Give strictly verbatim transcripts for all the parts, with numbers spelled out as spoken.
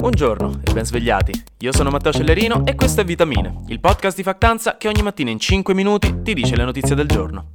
Buongiorno e ben svegliati. Io sono Matteo Cellerino e questo è Vitamine, il podcast di Factanza che ogni mattina in cinque minuti ti dice le notizie del giorno.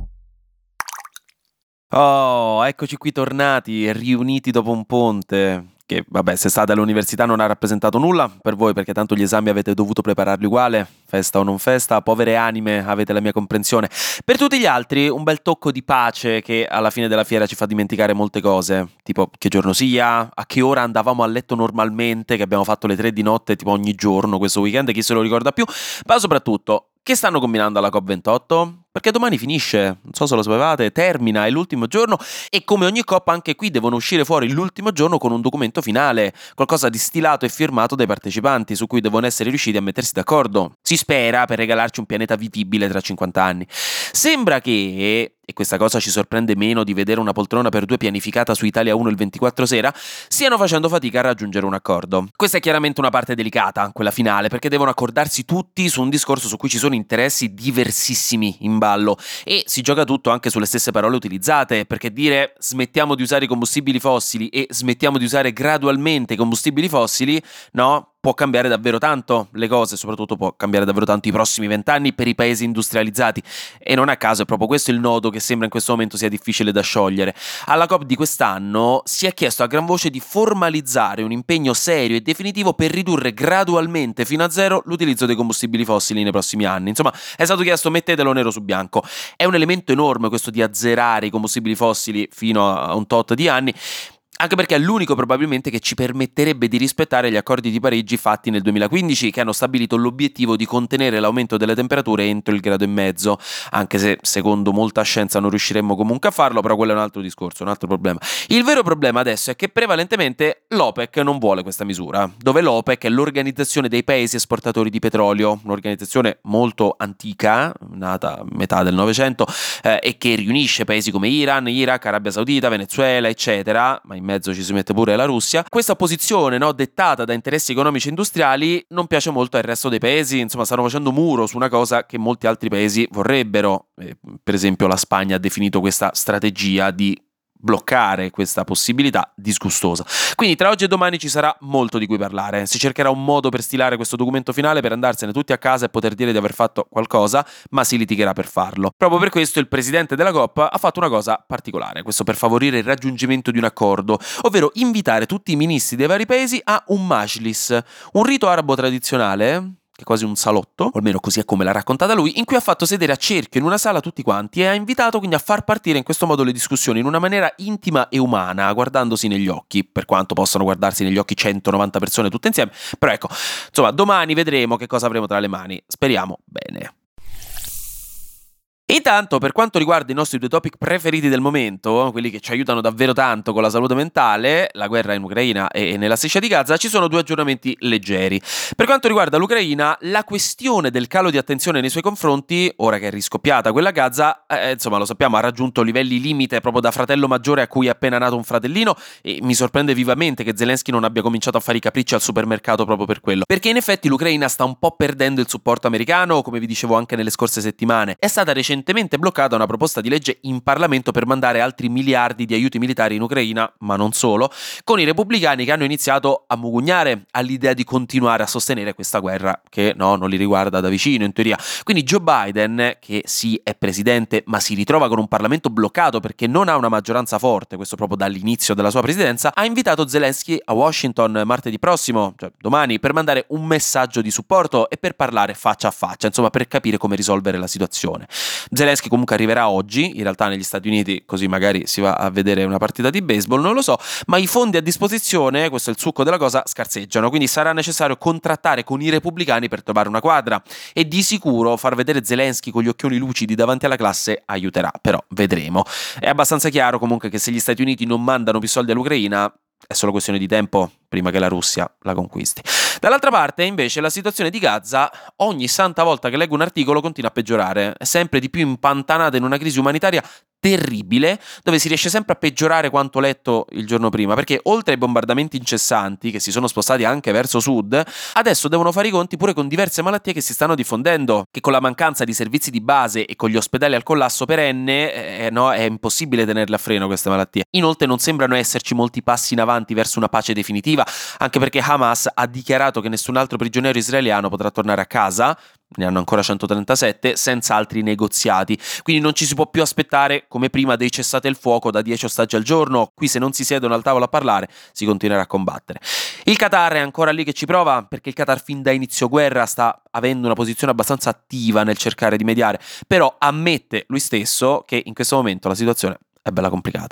Oh, eccoci qui tornati, riuniti dopo un ponte. Che vabbè, se state all'università non ha rappresentato nulla per voi perché tanto gli esami avete dovuto prepararli uguale, festa o non festa, povere anime, avete la mia comprensione. Per tutti gli altri un bel tocco di pace che alla fine della fiera ci fa dimenticare molte cose, tipo che giorno sia, a che ora andavamo a letto normalmente, che abbiamo fatto le tre di notte tipo ogni giorno questo weekend, chi se lo ricorda più, ma soprattutto che stanno combinando alla COP ventotto? Perché domani finisce, non so se lo sapevate, termina, è l'ultimo giorno e come ogni COP anche qui devono uscire fuori l'ultimo giorno con un documento finale, qualcosa di stilato e firmato dai partecipanti su cui devono essere riusciti a mettersi d'accordo. Si spera per regalarci un pianeta vivibile tra cinquanta anni. Sembra che, e questa cosa ci sorprende meno di vedere una poltrona per due pianificata su Italia uno il ventiquattro sera, stiano facendo fatica a raggiungere un accordo. Questa è chiaramente una parte delicata, quella finale, perché devono accordarsi tutti su un discorso su cui ci sono interessi diversissimi in ballo e si gioca tutto anche sulle stesse parole utilizzate, perché dire smettiamo di usare i combustibili fossili e smettiamo di usare gradualmente i combustibili fossili, no? Può cambiare davvero tanto le cose, soprattutto può cambiare davvero tanto i prossimi vent'anni per i paesi industrializzati e non a caso è proprio questo il nodo che sembra in questo momento sia difficile da sciogliere. Alla COP di quest'anno si è chiesto a gran voce di formalizzare un impegno serio e definitivo per ridurre gradualmente fino a zero l'utilizzo dei combustibili fossili nei prossimi anni. Insomma, è stato chiesto mettetelo nero su bianco. È un elemento enorme questo di azzerare i combustibili fossili fino a un tot di anni, anche perché è l'unico probabilmente che ci permetterebbe di rispettare gli accordi di Parigi fatti nel duemilaquindici che hanno stabilito l'obiettivo di contenere l'aumento delle temperature entro il grado e mezzo, anche se secondo molta scienza non riusciremmo comunque a farlo, però quello è un altro discorso, un altro problema. Il vero problema adesso è che prevalentemente l'OPEC non vuole questa misura, dove l'OPEC è l'organizzazione dei paesi esportatori di petrolio, un'organizzazione molto antica, nata a metà del Novecento, eh, e che riunisce paesi come Iran, Iraq, Arabia Saudita, Venezuela, eccetera, ma in mezzo ci si mette pure la Russia. Questa posizione, no, dettata da interessi economici e industriali non piace molto al resto dei paesi, insomma stanno facendo muro su una cosa che molti altri paesi vorrebbero. Eh, per esempio la Spagna ha definito questa strategia di bloccare questa possibilità disgustosa. Quindi tra oggi e domani ci sarà molto di cui parlare, si cercherà un modo per stilare questo documento finale per andarsene tutti a casa e poter dire di aver fatto qualcosa, ma si litigherà per farlo. Proprio per questo il presidente della COP ha fatto una cosa particolare, questo per favorire il raggiungimento di un accordo, ovvero invitare tutti i ministri dei vari paesi a un majlis, un rito arabo tradizionale che è quasi un salotto, o almeno così è come l'ha raccontata lui, in cui ha fatto sedere a cerchio in una sala tutti quanti e ha invitato quindi a far partire in questo modo le discussioni in una maniera intima e umana, guardandosi negli occhi, per quanto possano guardarsi negli occhi centonovanta persone tutte insieme, però ecco, insomma, domani vedremo che cosa avremo tra le mani, speriamo bene. Intanto, per quanto riguarda i nostri due topic preferiti del momento, quelli che ci aiutano davvero tanto con la salute mentale, la guerra in Ucraina e nella striscia di Gaza, ci sono due aggiornamenti leggeri. Per quanto riguarda l'Ucraina, la questione del calo di attenzione nei suoi confronti, ora che è riscoppiata quella a Gaza, eh, insomma lo sappiamo, ha raggiunto livelli limite proprio da fratello maggiore a cui è appena nato un fratellino e mi sorprende vivamente che Zelensky non abbia cominciato a fare i capricci al supermercato proprio per quello. Perché in effetti l'Ucraina sta un po' perdendo il supporto americano, come vi dicevo anche nelle scorse settimane. È stata recentemente recentemente bloccata una proposta di legge in Parlamento per mandare altri miliardi di aiuti militari in Ucraina, ma non solo, con i repubblicani che hanno iniziato a mugugnare all'idea di continuare a sostenere questa guerra che no, non li riguarda da vicino in teoria. Quindi Joe Biden, che sì è presidente ma si ritrova con un Parlamento bloccato perché non ha una maggioranza forte, questo proprio dall'inizio della sua presidenza, ha invitato Zelensky a Washington martedì prossimo, cioè domani, per mandare un messaggio di supporto e per parlare faccia a faccia, insomma per capire come risolvere la situazione. Zelensky comunque arriverà oggi, in realtà negli Stati Uniti, così magari si va a vedere una partita di baseball, non lo so, ma i fondi a disposizione, questo è il succo della cosa, scarseggiano, quindi sarà necessario contrattare con i repubblicani per trovare una quadra e di sicuro far vedere Zelensky con gli occhioni lucidi davanti alla classe aiuterà, però vedremo. È abbastanza chiaro comunque che se gli Stati Uniti non mandano più soldi all'Ucraina è solo questione di tempo prima che la Russia la conquisti. Dall'altra parte, invece, la situazione di Gaza, ogni santa volta che leggo un articolo, continua a peggiorare. È sempre di più impantanata in una crisi umanitaria terribile, dove si riesce sempre a peggiorare quanto letto il giorno prima, perché oltre ai bombardamenti incessanti, che si sono spostati anche verso sud, adesso devono fare i conti pure con diverse malattie che si stanno diffondendo, che con la mancanza di servizi di base e con gli ospedali al collasso perenne, eh, no, è impossibile tenerle a freno queste malattie. Inoltre non sembrano esserci molti passi in avanti verso una pace definitiva, amministrativa, anche perché Hamas ha dichiarato che nessun altro prigioniero israeliano potrà tornare a casa, ne hanno ancora centotrentasette, senza altri negoziati. Quindi non ci si può più aspettare, come prima, dei cessate il fuoco da dieci ostaggi al giorno. Qui se non si siedono al tavolo a parlare, si continuerà a combattere. Il Qatar è ancora lì che ci prova, perché il Qatar fin da inizio guerra sta avendo una posizione abbastanza attiva nel cercare di mediare, però ammette lui stesso che in questo momento la situazione è bella complicata.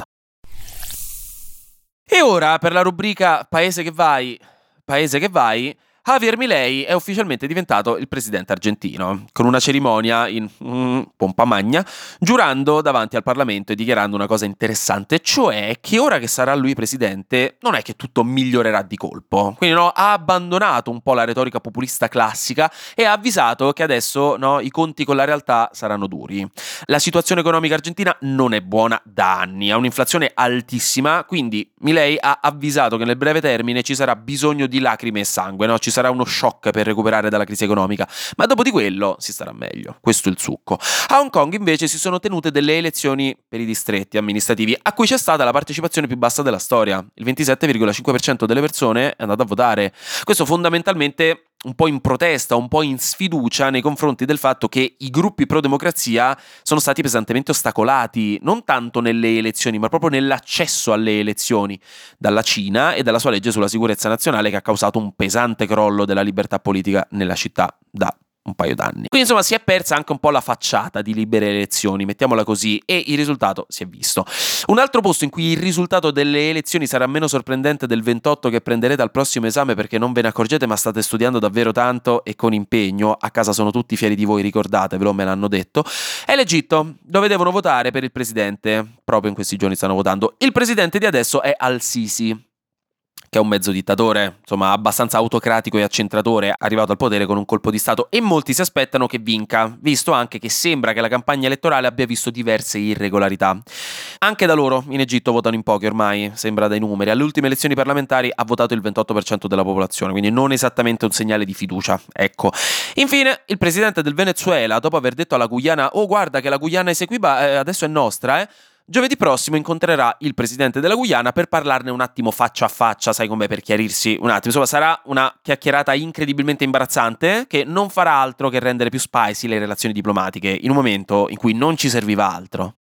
E ora, per la rubrica Paese che vai, Paese che vai, Javier Milei è ufficialmente diventato il presidente argentino, con una cerimonia in mm, pompa magna, giurando davanti al Parlamento e dichiarando una cosa interessante, cioè che ora che sarà lui presidente non è che tutto migliorerà di colpo. Quindi no, ha abbandonato un po' la retorica populista classica e ha avvisato che adesso no, i conti con la realtà saranno duri. La situazione economica argentina non è buona da anni, ha un'inflazione altissima, quindi Milei ha avvisato che nel breve termine ci sarà bisogno di lacrime e sangue, no? Ci sarà uno shock per recuperare dalla crisi economica, ma dopo di quello si starà meglio. Questo è il succo. A Hong Kong invece si sono tenute delle elezioni per i distretti amministrativi a cui c'è stata la partecipazione più bassa della storia. Il ventisette virgola cinque per cento delle persone è andato a votare. Questo fondamentalmente un po' in protesta, un po' in sfiducia nei confronti del fatto che i gruppi pro-democrazia sono stati pesantemente ostacolati, non tanto nelle elezioni, ma proprio nell'accesso alle elezioni, dalla Cina e dalla sua legge sulla sicurezza nazionale che ha causato un pesante crollo della libertà politica nella città da un paio d'anni. Quindi insomma si è persa anche un po' la facciata di libere elezioni, mettiamola così, e il risultato si è visto. Un altro posto in cui il risultato delle elezioni sarà meno sorprendente del ventotto che prenderete al prossimo esame perché non ve ne accorgete ma state studiando davvero tanto e con impegno, a casa sono tutti fieri di voi, ricordatevelo, me l'hanno detto, è l'Egitto, dove devono votare per il presidente. Proprio in questi giorni stanno votando. Il presidente di adesso è Al-Sisi, che è un mezzo dittatore, insomma abbastanza autocratico e accentratore, arrivato al potere con un colpo di stato, e molti si aspettano che vinca, visto anche che sembra che la campagna elettorale abbia visto diverse irregolarità. Anche da loro in Egitto votano in pochi ormai, sembra dai numeri. Alle ultime elezioni parlamentari ha votato il ventotto per cento della popolazione, quindi non esattamente un segnale di fiducia, ecco. Infine, il presidente del Venezuela, dopo aver detto alla Guyana "oh guarda che la Guyana Esequiba eh, adesso è nostra, eh", giovedì prossimo incontrerà il presidente della Guyana per parlarne un attimo faccia a faccia, sai com'è, per chiarirsi un attimo. Insomma, sarà una chiacchierata incredibilmente imbarazzante che non farà altro che rendere più spicy le relazioni diplomatiche in un momento in cui non ci serviva altro.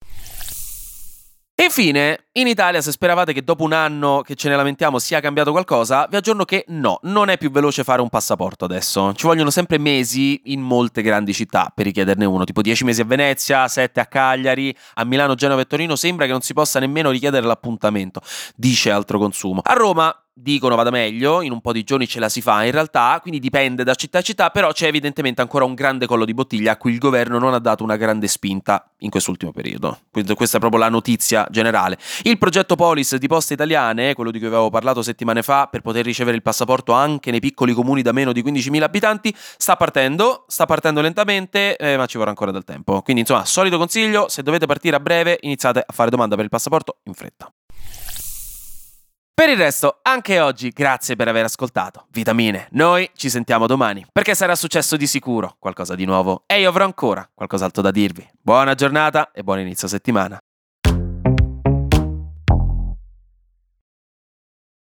E infine, in Italia, se speravate che dopo un anno che ce ne lamentiamo sia cambiato qualcosa, vi aggiorno che no, non è più veloce fare un passaporto adesso. Ci vogliono sempre mesi in molte grandi città per richiederne uno, tipo dieci mesi a Venezia, sette a Cagliari, a Milano, Genova e Torino sembra che non si possa nemmeno richiedere l'appuntamento, dice Altro Consumo. A Roma dicono vada meglio, in un po' di giorni ce la si fa in realtà, quindi dipende da città a città, però c'è evidentemente ancora un grande collo di bottiglia a cui il governo non ha dato una grande spinta in quest'ultimo periodo. Quindi questa è proprio la notizia generale. Il progetto Polis di Poste Italiane, quello di cui avevo parlato settimane fa, per poter ricevere il passaporto anche nei piccoli comuni da meno di quindicimila abitanti, sta partendo, sta partendo lentamente, eh, ma ci vorrà ancora del tempo. Quindi insomma, solito consiglio, se dovete partire a breve, iniziate a fare domanda per il passaporto in fretta. Per il resto, anche oggi, grazie per aver ascoltato. Vitamine, noi ci sentiamo domani, perché sarà successo di sicuro qualcosa di nuovo e io avrò ancora qualcos'altro da dirvi. Buona giornata e buon inizio settimana.